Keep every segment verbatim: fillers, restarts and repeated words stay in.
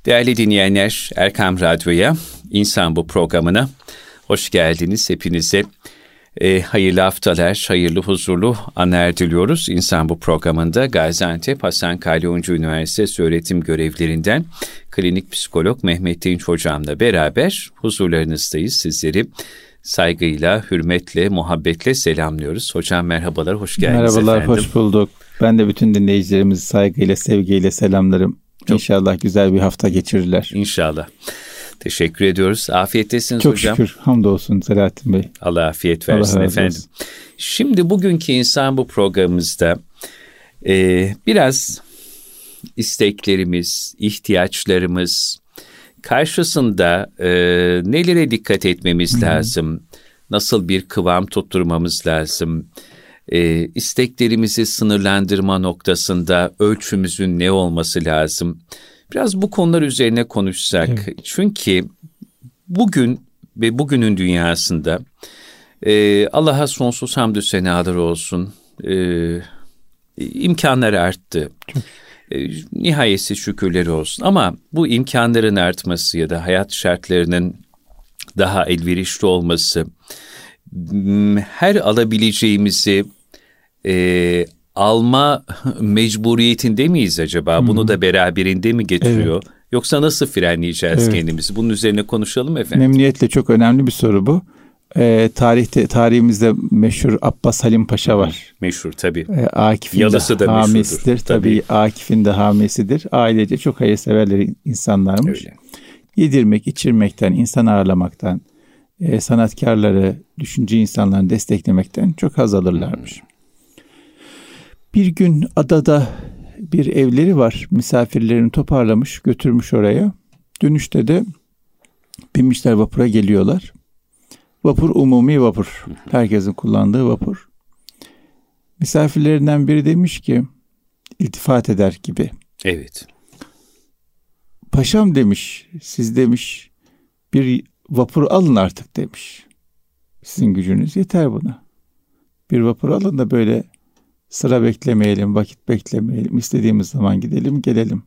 Değerli dinleyenler, Erkam Radyo'ya, İnsan Bu programına hoş geldiniz. Hepinize e, hayırlı haftalar, hayırlı, huzurlu anlar diliyoruz. İnsan Bu programında Gaziantep Hasan Kalyoncu Üniversitesi öğretim görevlerinden klinik psikolog Mehmet Dinç Hocam'la beraber huzurlarınızdayız. Sizleri saygıyla, hürmetle, muhabbetle selamlıyoruz. Hocam merhabalar, hoş geldiniz. Merhabalar, efendim. hoş bulduk. Ben de bütün dinleyicilerimizi saygıyla, sevgiyle selamlarım. Çok, İnşallah güzel bir hafta geçirirler. İnşallah. Teşekkür ediyoruz. Afiyettesiniz Çok hocam. Çok şükür. Hamdolsun Selahattin Bey. Allah afiyet versin Allah efendim. olsun. Şimdi bugünkü İnsan Bu programımızda e, biraz isteklerimiz, ihtiyaçlarımız karşısında e, nelere dikkat etmemiz hmm. lazım? Nasıl bir kıvam tutturmamız lazım? E, isteklerimizi sınırlandırma noktasında ölçümüzün ne olması lazım? Biraz bu konular üzerine konuşsak. Evet. Çünkü bugün ve bugünün dünyasında e, Allah'a sonsuz hamdü senalar olsun. E, imkanlar arttı. E, nihayetsiz şükürleri olsun. Ama bu imkanların artması ya da hayat şartlarının daha elverişli olması, her alabileceğimizi e, alma mecburiyetinde miyiz acaba? Hmm. Bunu da beraberinde mi getiriyor? Evet. Yoksa nasıl frenleyeceğiz evet. kendimizi? Bunun üzerine konuşalım efendim. Memnuniyetle, çok önemli bir soru bu. Ee, tarihte tarihimizde meşhur Abbas Halim Paşa var. Meşhur tabii. Ee, Akif'in Yalısı de da hamisidir. Tabii. tabii Akif'in de hamisidir. Ailece çok hayırseverler insanlarmış. Öyle. Yedirmek, içirmekten, insan ağırlamaktan, e, sanatkarları, düşünce insanlarını desteklemekten çok haz alırlarmış. Hmm. Bir gün adada bir evleri var. Misafirlerini toparlamış, götürmüş oraya. Dönüşte de binmişler vapura, geliyorlar. Vapur umumi vapur. Herkesin kullandığı vapur. Misafirlerinden biri demiş ki, iltifat eder gibi. Evet. Paşam demiş, siz demiş bir vapur alın artık demiş. Sizin gücünüz yeter buna. Bir vapur alın da böyle sıra beklemeyelim, vakit beklemeyelim. İstediğimiz zaman gidelim, gelelim.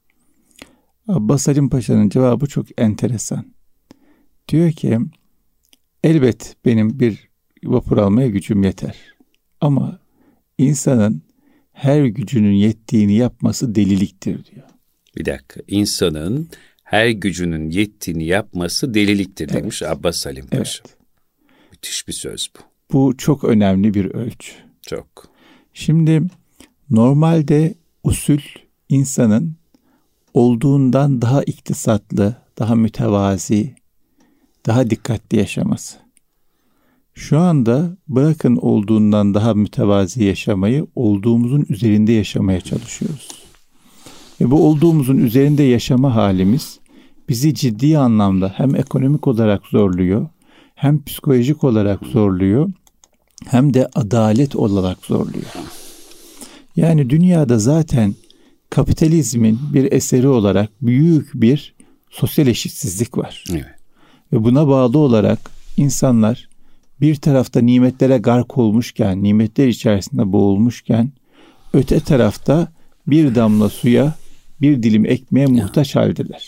Abbas Halim Paşa'nın cevabı çok enteresan. Diyor ki, elbet benim bir vapur almaya gücüm yeter. Ama insanın her gücünün yettiğini yapması deliliktir diyor. Bir dakika, insanın her gücünün yettiğini yapması deliliktir evet. demiş Abbas Halim Paşa. Evet. Müthiş bir söz bu. Bu çok önemli bir ölçü. Çok. Şimdi normalde usul insanın olduğundan daha iktisatlı, daha mütevazi, daha dikkatli yaşaması. Şu anda bırakın olduğundan daha mütevazi yaşamayı, olduğumuzun üzerinde yaşamaya çalışıyoruz. Ve bu olduğumuzun üzerinde yaşama halimiz bizi ciddi anlamda hem ekonomik olarak zorluyor, hem psikolojik olarak zorluyor, hem de adalet olarak zorluyor. Yani dünyada zaten kapitalizmin bir eseri olarak büyük bir sosyal eşitsizlik var. Evet. Ve buna bağlı olarak insanlar bir tarafta nimetlere gark olmuşken, nimetler içerisinde boğulmuşken, öte tarafta bir damla suya, bir dilim ekmeğe muhtaç haldeler.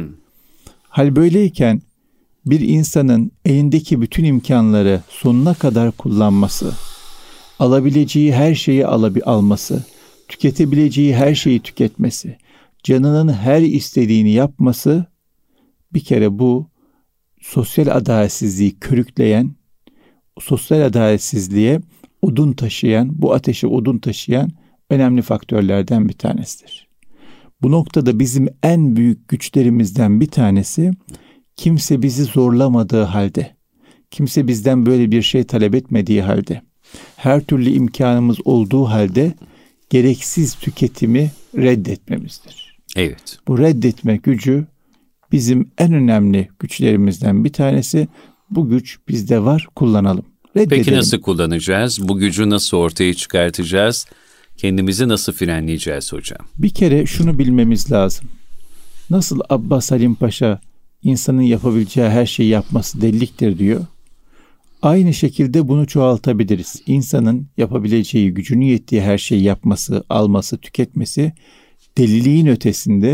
Hal böyleyken bir insanın elindeki bütün imkanları sonuna kadar kullanması, alabileceği her şeyi alabi alması, tüketebileceği her şeyi tüketmesi, canının her istediğini yapması, bir kere bu sosyal adaletsizliği körükleyen, sosyal adaletsizliğe odun taşıyan, bu ateşe odun taşıyan önemli faktörlerden bir tanesidir. Bu noktada bizim en büyük güçlerimizden bir tanesi, kimse bizi zorlamadığı halde, kimse bizden böyle bir şey talep etmediği halde, her türlü imkanımız olduğu halde gereksiz tüketimi reddetmemizdir. Evet. Bu reddetme gücü bizim en önemli güçlerimizden bir tanesi. Bu güç bizde var, kullanalım. Reddedelim. Peki nasıl kullanacağız? Bu gücü nasıl ortaya çıkartacağız? Kendimizi nasıl frenleyeceğiz hocam? Bir kere şunu bilmemiz lazım. Nasıl Abbas Halim Paşa insanın yapabileceği her şeyi yapması deliliktir diyor. Aynı şekilde bunu çoğaltabiliriz. İnsanın yapabileceği, gücünün yettiği her şeyi yapması, alması, tüketmesi deliliğin ötesinde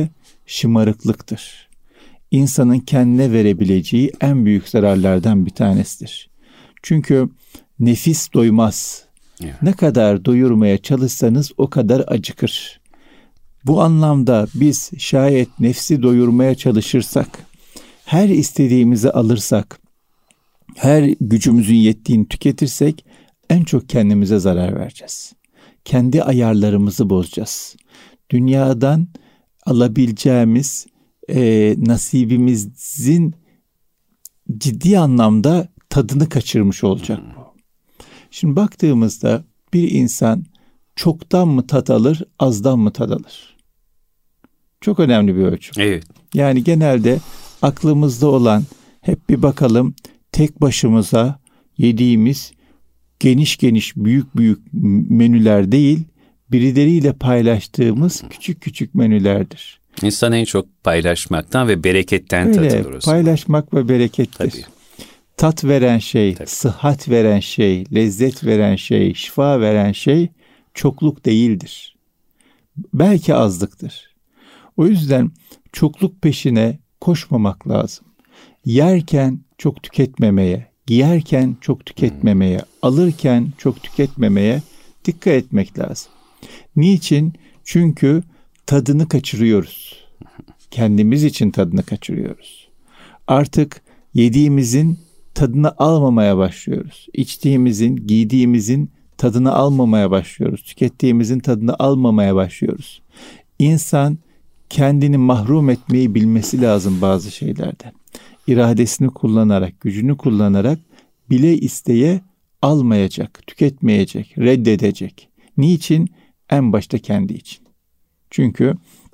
şımarıklıktır. İnsanın kendine verebileceği en büyük zararlardan bir tanesidir. Çünkü nefis doymaz. Evet. Ne kadar doyurmaya çalışsanız o kadar acıkır. Bu anlamda biz şayet nefsi doyurmaya çalışırsak, her istediğimizi alırsak, her gücümüzün yettiğini tüketirsek en çok kendimize zarar vereceğiz. Kendi ayarlarımızı bozacağız. Dünyadan alabileceğimiz e, nasibimizin ciddi anlamda tadını kaçırmış olacak bu. Şimdi baktığımızda bir insan çoktan mı tat alır, azdan mı tat alır? Çok önemli bir ölçüm. Evet. Yani genelde aklımızda olan, hep bir bakalım, tek başımıza yediğimiz geniş geniş büyük büyük menüler değil, birileriyle paylaştığımız küçük küçük menülerdir. İnsan en çok paylaşmaktan ve bereketten Öyle, tatılır o zaman. paylaşmak ve berekettir. Tabii. Tat veren şey, Tabii. sıhhat veren şey, lezzet veren şey, şifa veren şey çokluk değildir. Belki azlıktır. O yüzden çokluk peşine koşmamak lazım. Yerken çok tüketmemeye, giyerken çok tüketmemeye, hmm. alırken çok tüketmemeye dikkat etmek lazım. Niçin? Çünkü tadını kaçırıyoruz. Kendimiz için tadını kaçırıyoruz. Artık yediğimizin tadını almamaya başlıyoruz. İçtiğimizin, giydiğimizin tadını almamaya başlıyoruz. Tükettiğimizin tadını almamaya başlıyoruz. İnsan kendini mahrum etmeyi bilmesi lazım bazı şeylerden. İradesini kullanarak, gücünü kullanarak bile isteye almayacak, tüketmeyecek, reddedecek. Niçin? En başta kendi için. Çünkü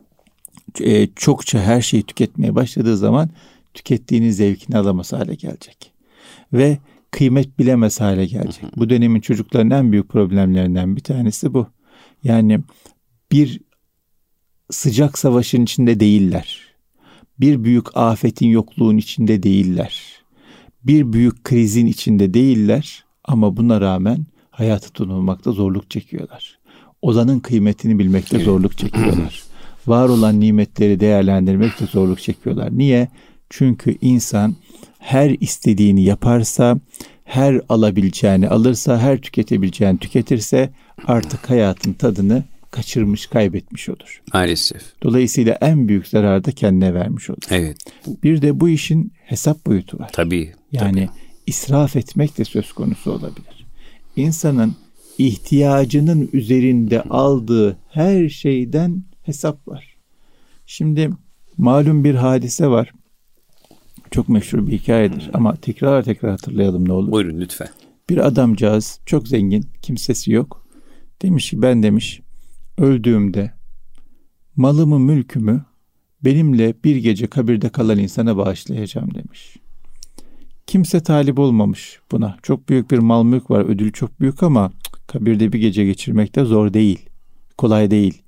e, çokça her şeyi tüketmeye başladığı zaman tükettiğinin zevkini alamaz hale gelecek. Ve kıymet bilemez hale gelecek. Bu dönemin çocukların en büyük problemlerinden bir tanesi bu. Yani bir sıcak savaşın içinde değiller. Bir büyük afetin, yokluğun içinde değiller. Bir büyük krizin içinde değiller ama buna rağmen hayatı tutunmakta zorluk çekiyorlar. Olanın kıymetini bilmekte zorluk çekiyorlar. Var olan nimetleri değerlendirmekte zorluk çekiyorlar. Niye? Çünkü insan her istediğini yaparsa, her alabileceğini alırsa, her tüketebileceğini tüketirse artık hayatın tadını kaçırmış, kaybetmiş olur. Maalesef. Dolayısıyla en büyük zararı da kendine vermiş olur. Evet. Bir de bu işin hesap boyutu var. Tabii. Yani tabii. israf etmek de söz konusu olabilir. İnsanın ihtiyacının üzerinde aldığı her şeyden hesap var. Şimdi malum bir hadise var. Çok meşhur bir hikayedir ama tekrar tekrar hatırlayalım ne olur. Buyurun lütfen. Bir adamcağız çok zengin, kimsesi yok. Demiş ki ben demiş öldüğümde malımı mülkümü benimle bir gece kabirde kalan insana bağışlayacağım demiş. Kimse talip olmamış buna. Çok büyük bir mal mülk var, ödül çok büyük ama kabirde bir gece geçirmek de zor değil. Kolay değil.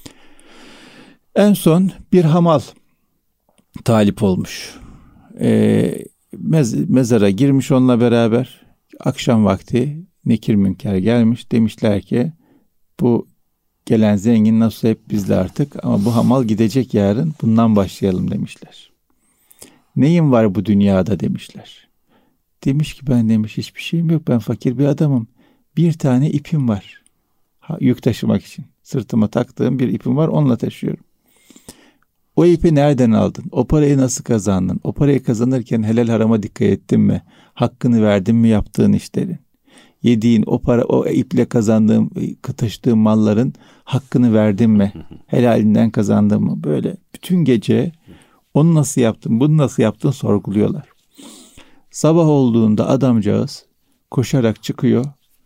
En son bir hamal talip olmuş. Ee, mez- mezara girmiş onunla beraber. Akşam vakti nekir münker gelmiş. Demişler ki bu gelen zengin nasıl hep bizle artık ama bu hamal gidecek yarın, bundan başlayalım demişler. Neyin var bu dünyada demişler. Demiş ki ben demiş hiçbir şeyim yok, ben fakir bir adamım. Bir tane ipim var. Ha, yük taşımak için. Sırtıma taktığım bir ipim var, onunla taşıyorum. O ipi nereden aldın? O parayı nasıl kazandın? O parayı kazanırken helal harama dikkat ettin mi? Hakkını verdin mi yaptığın işlerin? Yediğin o para, o iple kazandığın, taşıdığın malların hakkını verdin mi? Helalinden kazandın mı? Böyle bütün gece onu nasıl yaptın, bunu nasıl yaptın sorguluyorlar. Sabah olduğunda adamcağız koşarak çıkıyor.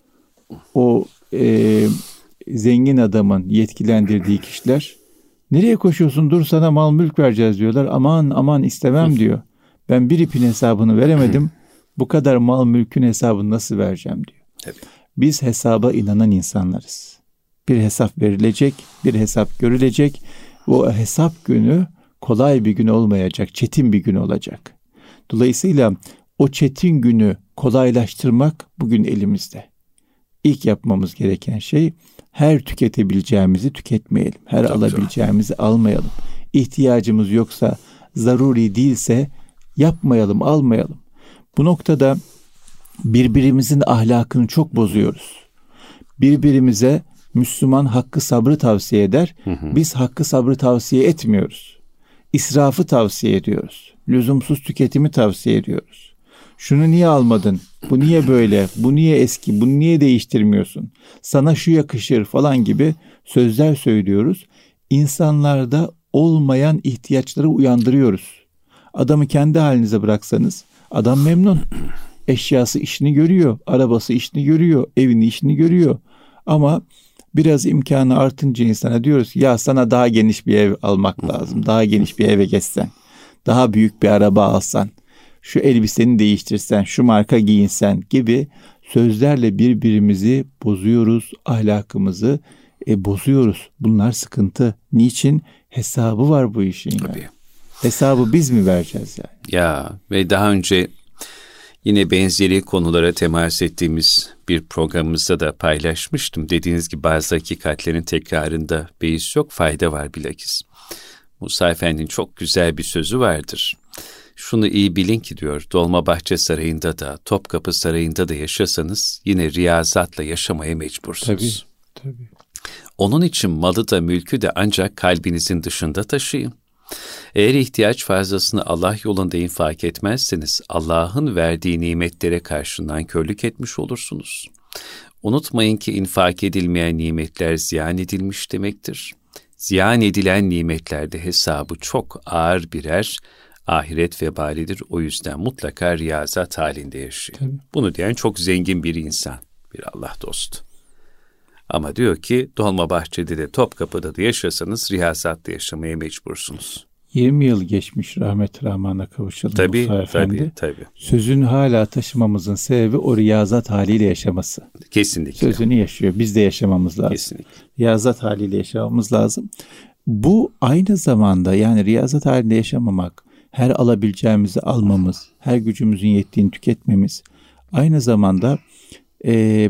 O e, zengin adamın yetkilendirdiği kişiler nereye koşuyorsun, dur sana mal mülk vereceğiz diyorlar. Aman aman istemem diyor. Ben bir ipin hesabını veremedim. Bu kadar mal mülkün hesabını nasıl vereceğim diyor. Tabii. Biz hesaba inanan insanlarız. Bir hesap verilecek, bir hesap görülecek. O hesap günü kolay bir gün olmayacak, çetin bir gün olacak. Dolayısıyla o çetin günü kolaylaştırmak bugün elimizde. İlk yapmamız gereken şey her tüketebileceğimizi tüketmeyelim. Her Tabii, alabileceğimizi tabii. almayalım. ihtiyacımız yoksa, zaruri değilse yapmayalım, almayalım. Bu noktada birbirimizin ahlakını çok bozuyoruz. Birbirimize Müslüman hakkı sabrı tavsiye eder. Hı hı. Biz hakkı sabrı tavsiye etmiyoruz. İsrafı tavsiye ediyoruz. Lüzumsuz tüketimi tavsiye ediyoruz. Şunu niye almadın? Bu niye böyle? Bu niye eski? Bunu niye değiştirmiyorsun? Sana şu yakışır falan gibi sözler söylüyoruz. İnsanlarda olmayan ihtiyaçları uyandırıyoruz. Adamı kendi halinize bıraksanız adam memnun. Eşyası işini görüyor, arabası işini görüyor, evini işini görüyor. Ama biraz imkanı artınca insana diyoruz ki ya sana daha geniş bir ev almak lazım. Daha geniş bir eve geçsen, daha büyük bir araba alsan, şu elbiseni değiştirsen, şu marka giyinsen gibi sözlerle birbirimizi bozuyoruz, ahlakımızı e, bozuyoruz. Bunlar sıkıntı. Niçin? Hesabı var bu işin. Tabii. Yani. Hesabı biz mi vereceğiz yani? Ya ve daha önce yine benzeri konulara temas ettiğimiz bir programımızda da paylaşmıştım. Dediğiniz gibi bazı hakikatlerin tekrarında beis yok, fayda var bilakis. Musa Efendi'nin çok güzel bir sözü vardır. Şunu iyi bilin ki diyor, Dolmabahçe Sarayı'nda da, Topkapı Sarayı'nda da yaşasanız yine riyazatla yaşamaya mecbursunuz. Tabii, tabii. Onun için malı da mülkü de ancak kalbinizin dışında taşıyın. Eğer ihtiyaç fazlasını Allah yolunda infak etmezseniz Allah'ın verdiği nimetlere karşı nankörlük etmiş olursunuz. Unutmayın ki infak edilmeyen nimetler ziyan edilmiş demektir. Ziyan edilen nimetlerde hesabı çok ağır birer ahiret vebalidir. O yüzden mutlaka riyazat halinde yaşayın. Tabii. Bunu diyen çok zengin bir insan, bir Allah dostu. Ama diyor ki Dolmabahçe'de de Topkapı'da da yaşasanız riyazatla yaşamaya mecbursunuz. yirmi yıl geçmiş, rahmet-i rahmana kavuşalım tabii, Musa Efendi. Tabii, tabii. Sözünü hala taşımamızın sebebi o riyazat haliyle yaşaması. Kesinlikle. Sözünü yaşıyor. Biz de yaşamamız lazım. Kesinlikle. Riyazat haliyle yaşamamız lazım. Bu aynı zamanda yani riyazat halinde yaşamamak, her alabileceğimizi almamız, her gücümüzün yettiğini tüketmemiz, aynı zamanda e,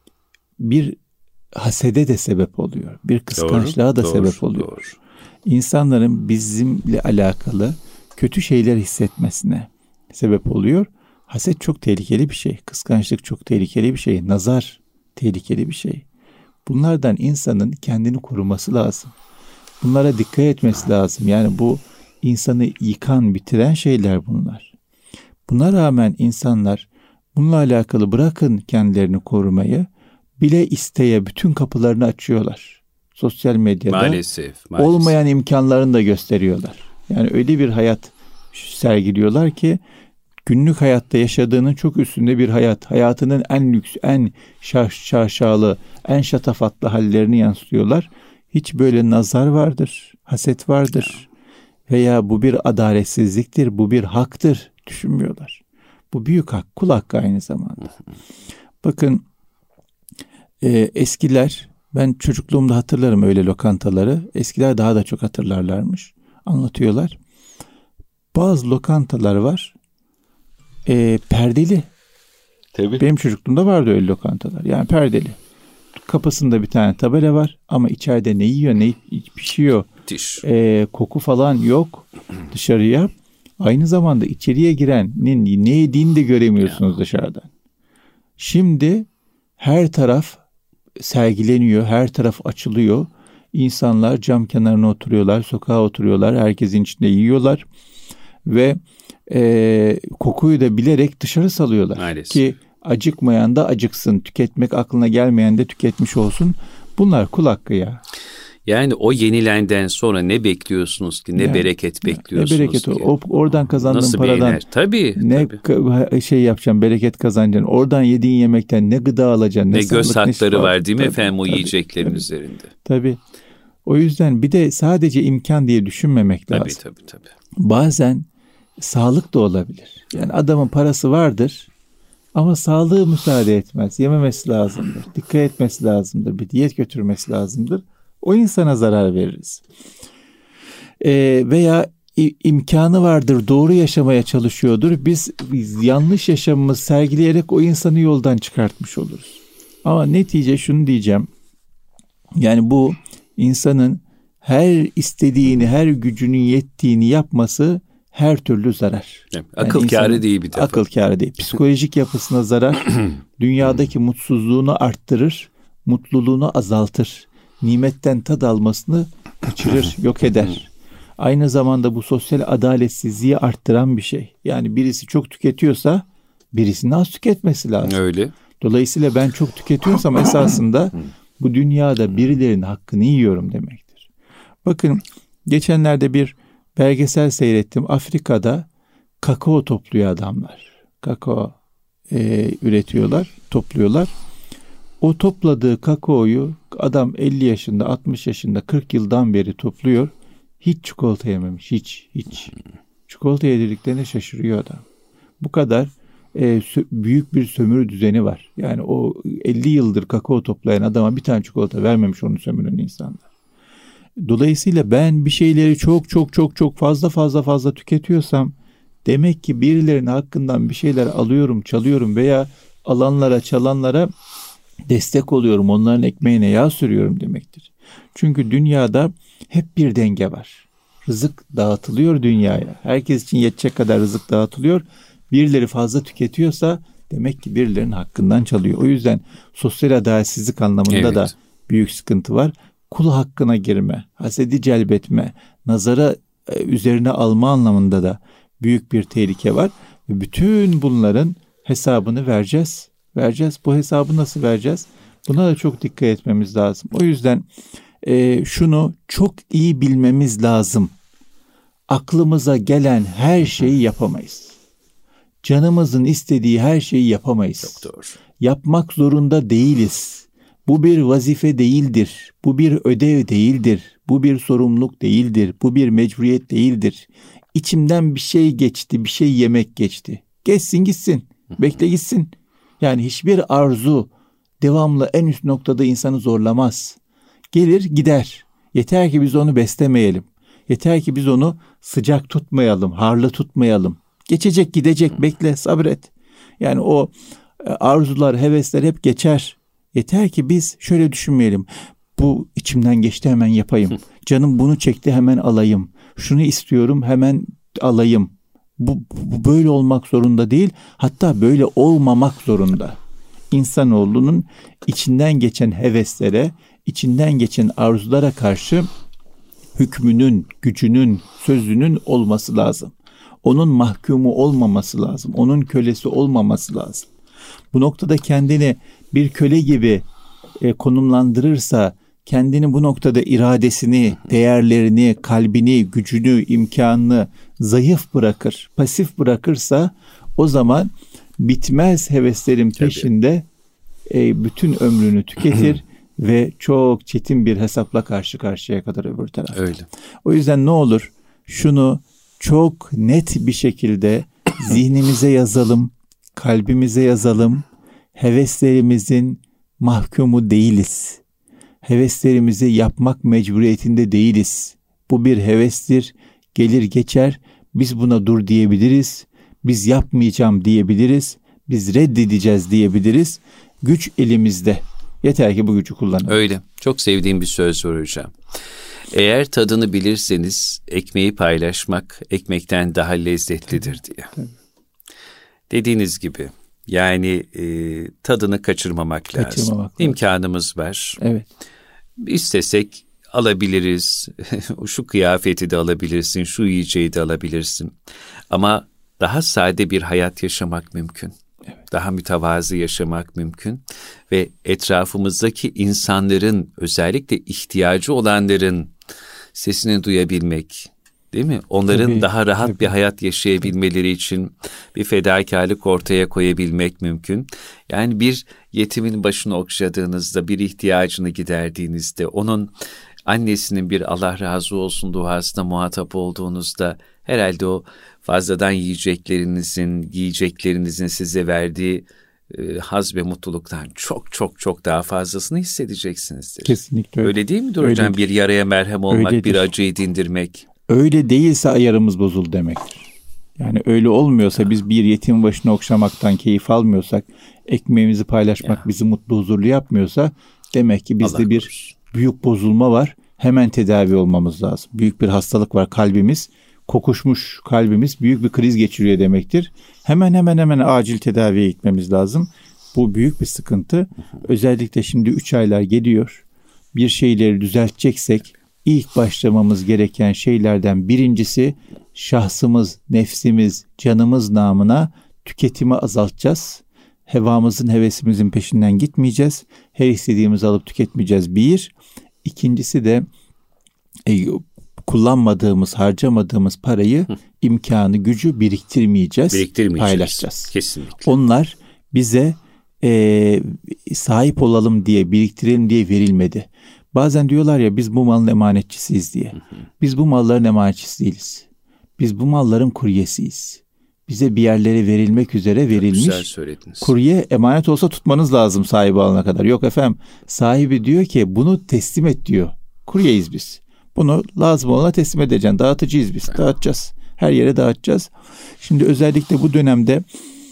bir hasede de sebep oluyor. Bir kıskançlığa da doğru, sebep oluyor. Doğru. İnsanların bizimle alakalı kötü şeyler hissetmesine sebep oluyor. Haset çok tehlikeli bir şey. Kıskançlık çok tehlikeli bir şey. Nazar tehlikeli bir şey. Bunlardan insanın kendini koruması lazım. Bunlara dikkat etmesi lazım. Yani bu insanı yıkan, bitiren şeyler bunlar. Buna rağmen insanlar bununla alakalı bırakın kendilerini korumayı, bile isteye bütün kapılarını açıyorlar. Sosyal medyada maalesef, maalesef. olmayan imkanlarını da gösteriyorlar. Yani öyle bir hayat sergiliyorlar ki günlük hayatta yaşadığının çok üstünde bir hayat. Hayatının en lüks, en şaşalı, en şatafatlı hallerini yansıtıyorlar. Hiç böyle nazar vardır, haset vardır veya bu bir adaletsizliktir, bu bir haktır düşünmüyorlar. Bu büyük hak, kul hakkı aynı zamanda. Bakın e, eskiler, ben çocukluğumda hatırlarım öyle lokantaları. Eskiler daha da çok hatırlarlarmış. Anlatıyorlar. Bazı lokantalar var. E, perdeli. Tabii. Benim çocukluğumda vardı öyle lokantalar. Yani perdeli. Kapısında bir tane tabela var. Ama içeride ne yiyor, ne pişiyor. E, koku falan yok dışarıya. Aynı zamanda içeriye girenin ne yediğini de göremiyorsunuz dışarıdan. Şimdi her taraf sergileniyor, her taraf açılıyor. İnsanlar cam kenarına oturuyorlar, sokağa oturuyorlar, herkesin içinde yiyorlar ve e, kokuyu da bilerek dışarı salıyorlar. Maalesef. Ki acıkmayan da acıksın, tüketmek aklına gelmeyen de tüketmiş olsun. Bunlar kul hakkı ya. Yani o yenilenden sonra ne bekliyorsunuz ki? Ne yani, bereket bekliyorsunuz ne bereket, ki? O, oradan kazandığın Nasıl paradan tabii, ne tabii. şey yapacaksın, bereket kazanacaksın. Oradan yediğin yemekten ne gıda alacaksın, ne, ne göz sağlık, hakları ne var değil mi tabii, efendim o tabii, yiyeceklerin tabii, üzerinde? Tabii. O yüzden bir de sadece imkan diye düşünmemek tabii, lazım. Tabii tabii. Bazen sağlık da olabilir. Yani adamın parası vardır ama sağlığı müsaade etmez. Yememesi lazımdır. Dikkat etmesi lazımdır. Bir diyet götürmesi lazımdır. O insana zarar veririz. Ee, veya imkanı vardır, doğru yaşamaya çalışıyordur. Biz, biz yanlış yaşamımızı sergileyerek o insanı yoldan çıkartmış oluruz. Ama netice şunu diyeceğim. Yani bu insanın her istediğini, her gücünün yettiğini yapması her türlü zarar. Yani akıl yani kârı değil bir defa. Akıl kârı değil. Psikolojik yapısına zarar, dünyadaki mutsuzluğunu arttırır, mutluluğunu azaltır. Nimetten tad almasını kaçırır, yok eder. Aynı zamanda bu sosyal adaletsizliği arttıran bir şey. Yani birisi çok tüketiyorsa birisinin az tüketmesi lazım. Öyle. Dolayısıyla ben çok tüketiyorsam esasında bu dünyada birilerinin hakkını yiyorum demektir. Bakın geçenlerde bir belgesel seyrettim. Afrika'da kakao topluyor adamlar. Kakao e, üretiyorlar, topluyorlar. O topladığı kakaoyu adam elli yaşında, altmış yaşında, kırk yıldan beri topluyor. Hiç çikolata yememiş, hiç, hiç. Çikolata yediklerine şaşırıyor adam. Bu kadar e, sö- büyük bir sömürü düzeni var. Yani o elli yıldır kakao toplayan adama bir tane çikolata vermemiş onu sömüren insanlar. Dolayısıyla ben bir şeyleri çok çok çok çok fazla fazla fazla tüketiyorsam demek ki birilerinin hakkından bir şeyler alıyorum, çalıyorum veya alanlara, çalanlara destek oluyorum. Onların ekmeğine yağ sürüyorum demektir. Çünkü dünyada hep bir denge var. Rızık dağıtılıyor dünyaya. Herkes için yetecek kadar rızık dağıtılıyor. Birileri fazla tüketiyorsa demek ki birilerinin hakkından çalıyor. O yüzden sosyal adaletsizlik anlamında evet. da büyük sıkıntı var. Kul hakkına girme, hasedi celbetme, nazara üzerine alma anlamında da büyük bir tehlike var. Ve bütün bunların hesabını vereceğiz. Vereceğiz. Bu hesabı nasıl vereceğiz? Buna da çok dikkat etmemiz lazım. O yüzden e, şunu çok iyi bilmemiz lazım. Aklımıza gelen her şeyi yapamayız. Canımızın istediği her şeyi yapamayız. Doktor. Yapmak zorunda değiliz. Bu bir vazife değildir. Bu bir ödev değildir. Bu bir sorumluluk değildir. Bu bir mecburiyet değildir. İçimden bir şey geçti, bir şey yemek geçti. Geçsin gitsin. Bekle gitsin. Yani hiçbir arzu devamlı en üst noktada insanı zorlamaz. Gelir gider. Yeter ki biz onu beslemeyelim. Yeter ki biz onu sıcak tutmayalım, harlı tutmayalım. Geçecek, gidecek, bekle, sabret. Yani o arzular, hevesler hep geçer. Yeter ki biz şöyle düşünmeyelim. Bu içimden geçti, hemen yapayım. Canım bunu çekti, hemen alayım. Şunu istiyorum, hemen alayım. Bu, bu böyle olmak zorunda değil. Hatta böyle olmamak zorunda. İnsanoğlunun içinden geçen heveslere, içinden geçen arzulara karşı hükmünün, gücünün, sözünün olması lazım. Onun mahkumu olmaması lazım. Onun kölesi olmaması lazım. Bu noktada kendini bir köle gibi e, konumlandırırsa, kendini bu noktada iradesini, değerlerini, kalbini, gücünü, imkanını zayıf bırakır, pasif bırakırsa o zaman bitmez heveslerin peşinde e, bütün ömrünü tüketir ve çok çetin bir hesapla karşı karşıya kadar öbür tarafta. Öyle. O yüzden ne olur şunu çok net bir şekilde zihnimize yazalım, kalbimize yazalım. Heveslerimizin mahkumu değiliz. Heveslerimizi yapmak mecburiyetinde değiliz. Bu bir hevestir, gelir geçer. Biz buna dur diyebiliriz. Biz yapmayacağım diyebiliriz. Biz reddedeceğiz diyebiliriz. Güç elimizde. Yeter ki bu gücü kullanalım. Öyle. Çok sevdiğim bir söz var hocam. Eğer tadını bilirseniz ekmeği paylaşmak ekmekten daha lezzetlidir diye. Tabii. Dediğiniz gibi yani e, tadını kaçırmamak, kaçırmamak lazım. lazım. İmkanımız var. Evet. İstesek alabiliriz. Şu kıyafeti de alabilirsin, şu yiyeceği de alabilirsin. Ama daha sade bir hayat yaşamak mümkün. Evet. Daha mütevazı yaşamak mümkün ve etrafımızdaki insanların, özellikle ihtiyacı olanların sesini duyabilmek, değil mi? Onların tabii, daha rahat tabii. bir hayat yaşayabilmeleri için bir fedakarlık ortaya koyabilmek mümkün. Yani bir yetimin başını okşadığınızda, bir ihtiyacını giderdiğinizde, onun annesinin bir Allah razı olsun duasına muhatap olduğunuzda herhalde o fazladan yiyeceklerinizin, giyeceklerinizin size verdiği e, haz ve mutluluktan çok çok çok daha fazlasını hissedeceksinizdir. Kesinlikle öyle. Öyle değil midir Öyledir. hocam? Bir yaraya merhem olmak, Öyledir. bir acıyı dindirmek. Öyle değilse ayarımız bozuldu demektir. Yani öyle olmuyorsa, biz bir yetim başını okşamaktan keyif almıyorsak, ekmeğimizi paylaşmak ya. bizi mutlu, huzurlu yapmıyorsa demek ki bizde Allah bir korusun. büyük bozulma var. hemen tedavi olmamız lazım. Büyük bir hastalık var, kalbimiz kokuşmuş, kalbimiz büyük bir kriz geçiriyor demektir. Hemen hemen hemen acil tedaviye gitmemiz lazım. Bu büyük bir sıkıntı. Özellikle şimdi üç aylar geliyor. Bir şeyleri düzelteceksek ilk başlamamız gereken şeylerden birincisi şahsımız, nefsimiz, canımız namına tüketimi azaltacağız. Hevamızın, hevesimizin peşinden gitmeyeceğiz. Her istediğimizi alıp tüketmeyeceğiz. Bir. İkincisi de e, kullanmadığımız, harcamadığımız parayı, Hı. imkanı, gücü biriktirmeyeceğiz. Biriktirmeyeceğiz. Paylaşacağız. Kesinlikle. Onlar bize e, sahip olalım diye, biriktirelim diye verilmedi. Bazen diyorlar ya biz bu malın emanetçisiyiz diye. Hı hı. Biz bu malların emanetçisi değiliz. Biz bu malların kuryesiyiz. Bize bir yerlere verilmek üzere verilmiş. Kurye emanet olsa tutmanız lazım sahibi alana kadar. Yok efendim, sahibi diyor ki bunu teslim et diyor. Kuryeyiz biz. Bunu lazım olana teslim edeceksin. Dağıtıcıyız biz. Dağıtacağız. Her yere dağıtacağız. Şimdi özellikle bu dönemde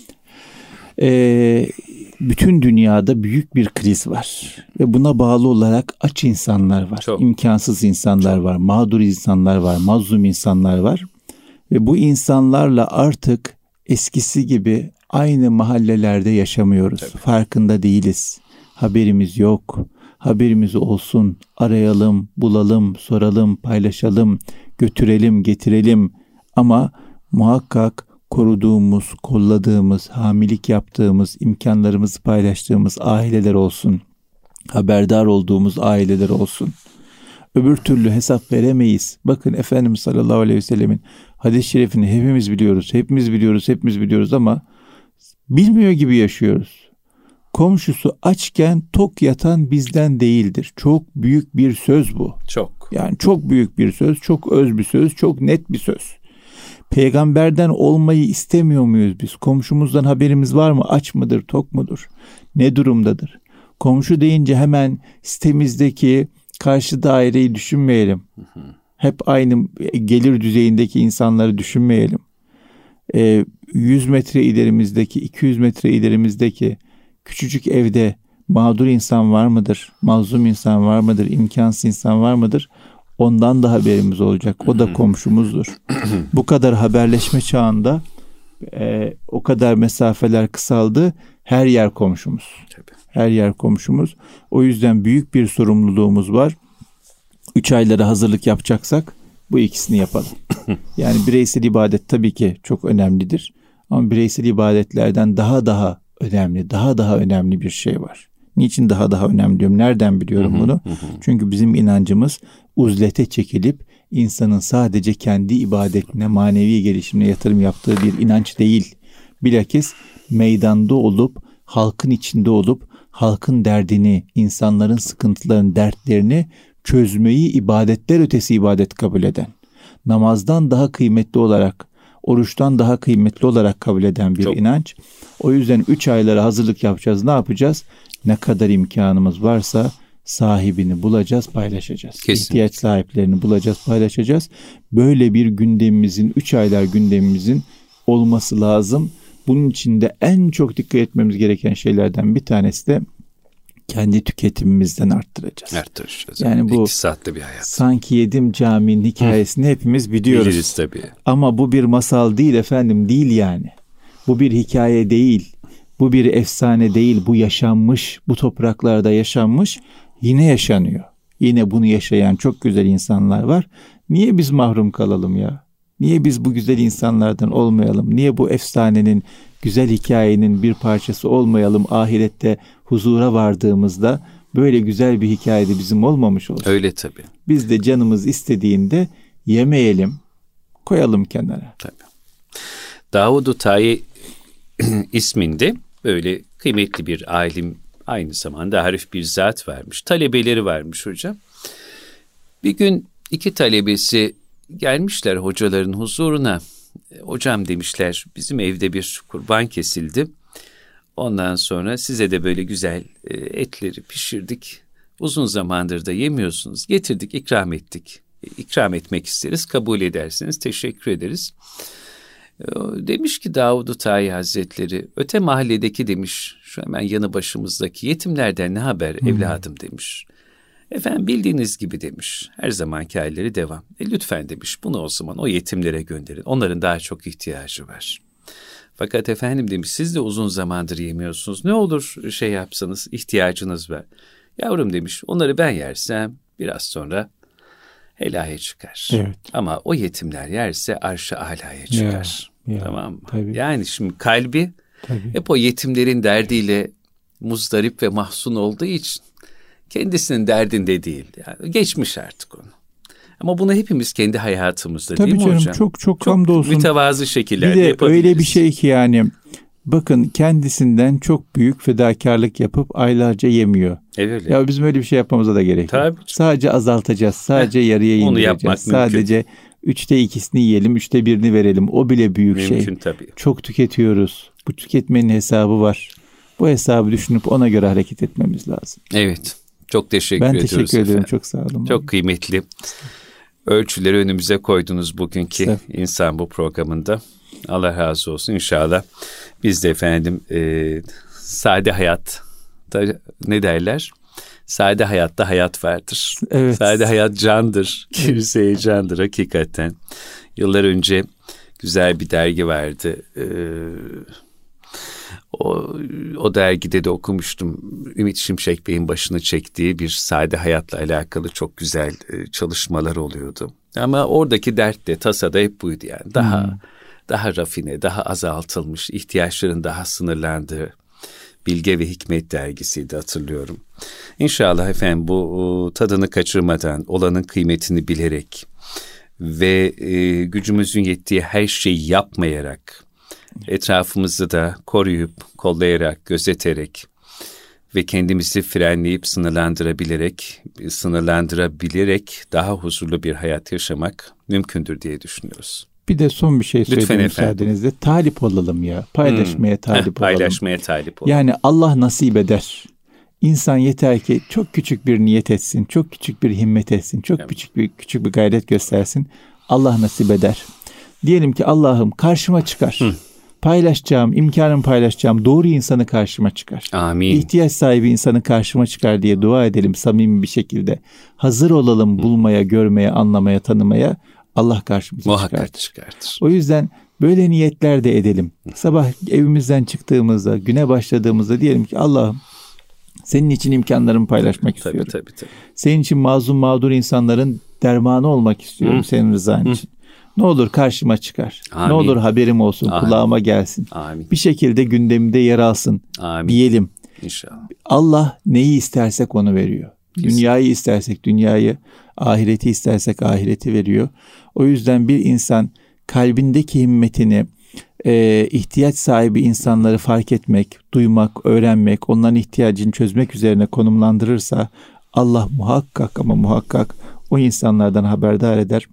e, bütün dünyada büyük bir kriz var. Ve buna bağlı olarak aç insanlar var. Çok. İmkansız insanlar Çok. var. Mağdur insanlar var. Mazlum insanlar var. Ve bu insanlarla artık eskisi gibi aynı mahallelerde yaşamıyoruz. Tabii. Farkında değiliz. Haberimiz yok. Haberimiz olsun. Arayalım, bulalım, soralım, paylaşalım, götürelim, getirelim. Ama muhakkak koruduğumuz, kolladığımız, hamilik yaptığımız, imkanlarımızı paylaştığımız aileler olsun. Haberdar olduğumuz aileler olsun. Öbür türlü hesap veremeyiz. Bakın Efendimiz sallallahu aleyhi ve sellemin hadis-i şerifini hepimiz biliyoruz, hepimiz biliyoruz, hepimiz biliyoruz ama bilmiyor gibi yaşıyoruz. Komşusu açken tok yatan bizden değildir. Çok büyük bir söz bu. Çok. Yani çok büyük bir söz, çok öz bir söz, çok net bir söz. Peygamberden olmayı istemiyor muyuz biz? Komşumuzdan haberimiz var mı? Aç mıdır, tok mudur? Ne durumdadır? Komşu deyince hemen sitemizdeki karşı daireyi düşünmeyelim. Hı hı. Hep aynı gelir düzeyindeki insanları düşünmeyelim. Ee, yüz metre ilerimizdeki, iki yüz metre ilerimizdeki küçücük evde mağdur insan var mıdır? Mazlum insan var mıdır? İmkansız insan var mıdır? Ondan da haberimiz olacak. O da komşumuzdur. Bu kadar haberleşme çağında e, o kadar mesafeler kısaldı. Her yer komşumuz. Tabii. Her yer komşumuz. O yüzden büyük bir sorumluluğumuz var. Üç aylara hazırlık yapacaksak bu ikisini yapalım. Yani bireysel ibadet tabii ki çok önemlidir. Ama bireysel ibadetlerden daha daha önemli, daha daha önemli bir şey var. Niçin daha daha önemli diyorum? Nereden biliyorum bunu? Hı hı. Çünkü bizim inancımız uzlete çekilip insanın sadece kendi ibadetine, manevi gelişimine yatırım yaptığı bir inanç değil. Bilakis meydanda olup, halkın içinde olup, halkın derdini, insanların sıkıntılarını, dertlerini çözmeyi ibadetler ötesi ibadet kabul eden, namazdan daha kıymetli olarak, oruçtan daha kıymetli olarak kabul eden bir Çok. inanç. O yüzden üç aylara hazırlık yapacağız. Ne yapacağız? Ne kadar imkanımız varsa sahibini bulacağız, paylaşacağız. Kesinlikle. İhtiyaç sahiplerini bulacağız, paylaşacağız. Böyle bir gündemimizin, üç aylar gündemimizin olması lazım. Bunun için de en çok dikkat etmemiz gereken şeylerden bir tanesi de kendi tüketimimizden arttıracağız. Arttıracağız. Yani bu iktisatlı bir hayat. Sanki yedim caminin hikayesini Hı. hepimiz biliyoruz. Biliriz tabii. Ama bu bir masal değil efendim, değil yani. Bu bir hikaye değil. Bu bir efsane değil. Bu yaşanmış, bu topraklarda yaşanmış, yine yaşanıyor. Yine bunu yaşayan çok güzel insanlar var. Niye biz mahrum kalalım ya? Niye biz bu güzel insanlardan olmayalım? Niye bu efsanenin, güzel hikayenin bir parçası olmayalım? Ahirette huzura vardığımızda böyle güzel bir hikayede bizim olmamış olsun. Öyle tabii. Biz de canımız istediğinde yemeyelim, koyalım kenara. Tabii. Davud-u Tayi isminde böyle kıymetli bir alim, aynı zamanda arif bir zat varmış. Talebeleri varmış hocam. Bir gün iki talebesi gelmişler hocaların huzuruna. Hocam demişler, bizim evde bir kurban kesildi. Ondan sonra size de böyle güzel etleri pişirdik. Uzun zamandır da yemiyorsunuz. Getirdik, ikram ettik. İkram etmek isteriz, kabul ederseniz teşekkür ederiz. Demiş ki Davud-u Tayi Hazretleri, öte mahalledeki demiş, şu hemen yanı başımızdaki yetimlerden ne haber hmm. evladım demiş. Efendim bildiğiniz gibi demiş, her zamanki halleri devam. E lütfen demiş, bunu o zaman o yetimlere gönderin. Onların daha çok ihtiyacı var. Fakat efendim demiş, siz de uzun zamandır yemiyorsunuz. Ne olur şey yapsanız, ihtiyacınız var. Yavrum demiş, onları ben yersem biraz sonra helaya çıkar. Evet. Ama o yetimler yerse arş-ı alaya çıkar. Ya, ya, tamam mı? Tabii. Yani şimdi kalbi Tabii. hep o yetimlerin derdiyle muzdarip ve mahzun olduğu için kendisinin derdinde değil. Yani geçmiş artık onu. Ama bunu hepimiz kendi hayatımızda Tabii değil mi canım, hocam? çok çok, Çok hamdolsun. mütevazı şekillerde bir de yapabiliriz. öyle bir şey ki yani bakın kendisinden çok büyük fedakarlık yapıp aylarca yemiyor. Evet. Ya bizim öyle bir şey yapmamıza da gerek yok. Tabii. Sadece azaltacağız. Sadece Heh, yarıya indireceğiz. Onu yapmak sadece mümkün. Üçte ikisini yiyelim, üçte birini verelim. O bile büyük mümkün, şey. Mümkün tabii. Çok tüketiyoruz. Bu tüketmenin hesabı var. Bu hesabı düşünüp ona göre hareket etmemiz lazım. Evet. Çok teşekkür ben ediyoruz. Ben teşekkür ederim. Efendim. Çok sağ olun. Çok kıymetli ölçüleri önümüze koydunuz bugünkü insan bu programında. Allah razı olsun. İnşallah biz de efendim e, sade hayat da, ne derler? Sade hayatta hayat vardır. Evet. Sade hayat candır. Kimse heyecandır hakikaten. Yıllar önce güzel bir dergi vardı. Ee, o, o dergide de okumuştum. Ümit Şimşek Bey'in başını çektiği bir sade hayatla alakalı çok güzel e, çalışmalar oluyordu. Ama oradaki dert de tasada hep buydu yani. Daha hmm. daha rafine, daha azaltılmış, ihtiyaçların daha sınırlandığı Bilge ve Hikmet dergisiydi, hatırlıyorum. İnşallah efendim bu tadını kaçırmadan, olanın kıymetini bilerek ve e, gücümüzün yettiği her şeyi yapmayarak, etrafımızı da koruyup, kollayarak, gözeterek ve kendimizi frenleyip sınırlandırabilerek, sınırlandırabilerek daha huzurlu bir hayat yaşamak mümkündür diye düşünüyoruz. Bir de son bir şey söyleyeyim müsaadenizle. Talip olalım ya. Paylaşmaya hmm. talip Heh, olalım. Paylaşmaya talip olalım. Yani Allah nasip eder. İnsan yeter ki çok küçük bir niyet etsin, çok küçük bir himmet etsin, çok evet. küçük bir küçük bir gayret göstersin. Allah nasip eder. Diyelim ki Allah'ım karşıma çıkar. Hmm. Paylaşacağım, imkanım paylaşacağım doğru insanı karşıma çıkar. Amin. İhtiyaç sahibi insanı karşıma çıkar diye dua edelim samimi bir şekilde. Hazır olalım bulmaya, görmeye, anlamaya, tanımaya. Allah karşımıza muhakkak çıkartır. çıkartır. O yüzden böyle niyetler de edelim. Sabah evimizden çıktığımızda, güne başladığımızda diyelim ki Allah'ım senin için imkanlarımı paylaşmak tabii, istiyorum. Tabii, tabii. Senin için mazlum mağdur insanların dermanı olmak istiyorum Hı. senin rızan Hı. için. Ne olur karşıma çıkar. Amin. Ne olur haberim olsun, Amin. kulağıma gelsin. Amin. Bir şekilde gündemimde yer alsın Amin. diyelim. İnşallah. Allah neyi istersek onu veriyor. Kesinlikle. Dünyayı istersek dünyayı, ahireti istersek ahireti veriyor. O yüzden bir insan kalbindeki himmetini, e, ihtiyaç sahibi insanları fark etmek, duymak, öğrenmek, onların ihtiyacını çözmek üzerine konumlandırırsa Allah muhakkak ama muhakkak o insanlardan haberdar eder.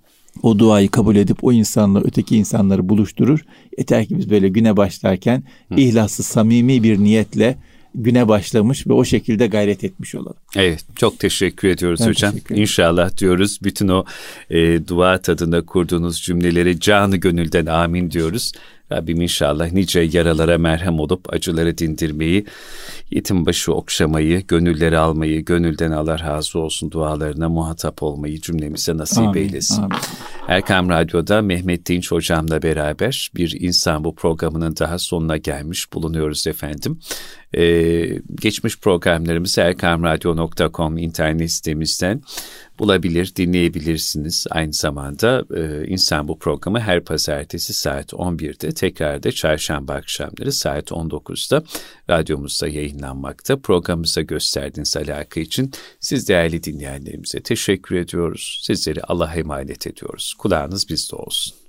O duayı kabul edip o insanla öteki insanları buluşturur. Yeter ki biz böyle güne başlarken Hı. ihlaslı, samimi bir niyetle güne başlamış ve o şekilde gayret etmiş olalım. Evet, çok teşekkür ediyoruz ben hocam. Teşekkür ederim. İnşallah diyoruz bütün o e, dua tadında kurduğunuz cümleleri canı gönülden amin diyoruz. Rabbim inşallah nice yaralara merhem olup acıları dindirmeyi, yetim başı okşamayı, gönülleri almayı, gönülden Allah razı olsun dualarına muhatap olmayı cümlemize nasip amin, eylesin. Amin. Erkam Radyo'da Mehmet Dinç hocamla beraber bir insan bu programının daha sonuna gelmiş bulunuyoruz efendim. Ee, geçmiş programlarımızı erkam radyo nokta com internet sitemizden bulabilir, dinleyebilirsiniz. Aynı zamanda e, insan bu programı her pazartesi saat on birde, tekrar da çarşamba akşamları saat on dokuzda radyomuzda yayınlanmakta. Programımıza gösterdiğiniz alaka için siz değerli dinleyenlerimize teşekkür ediyoruz. Sizleri Allah'a emanet ediyoruz. Kulağınız bizde olsun.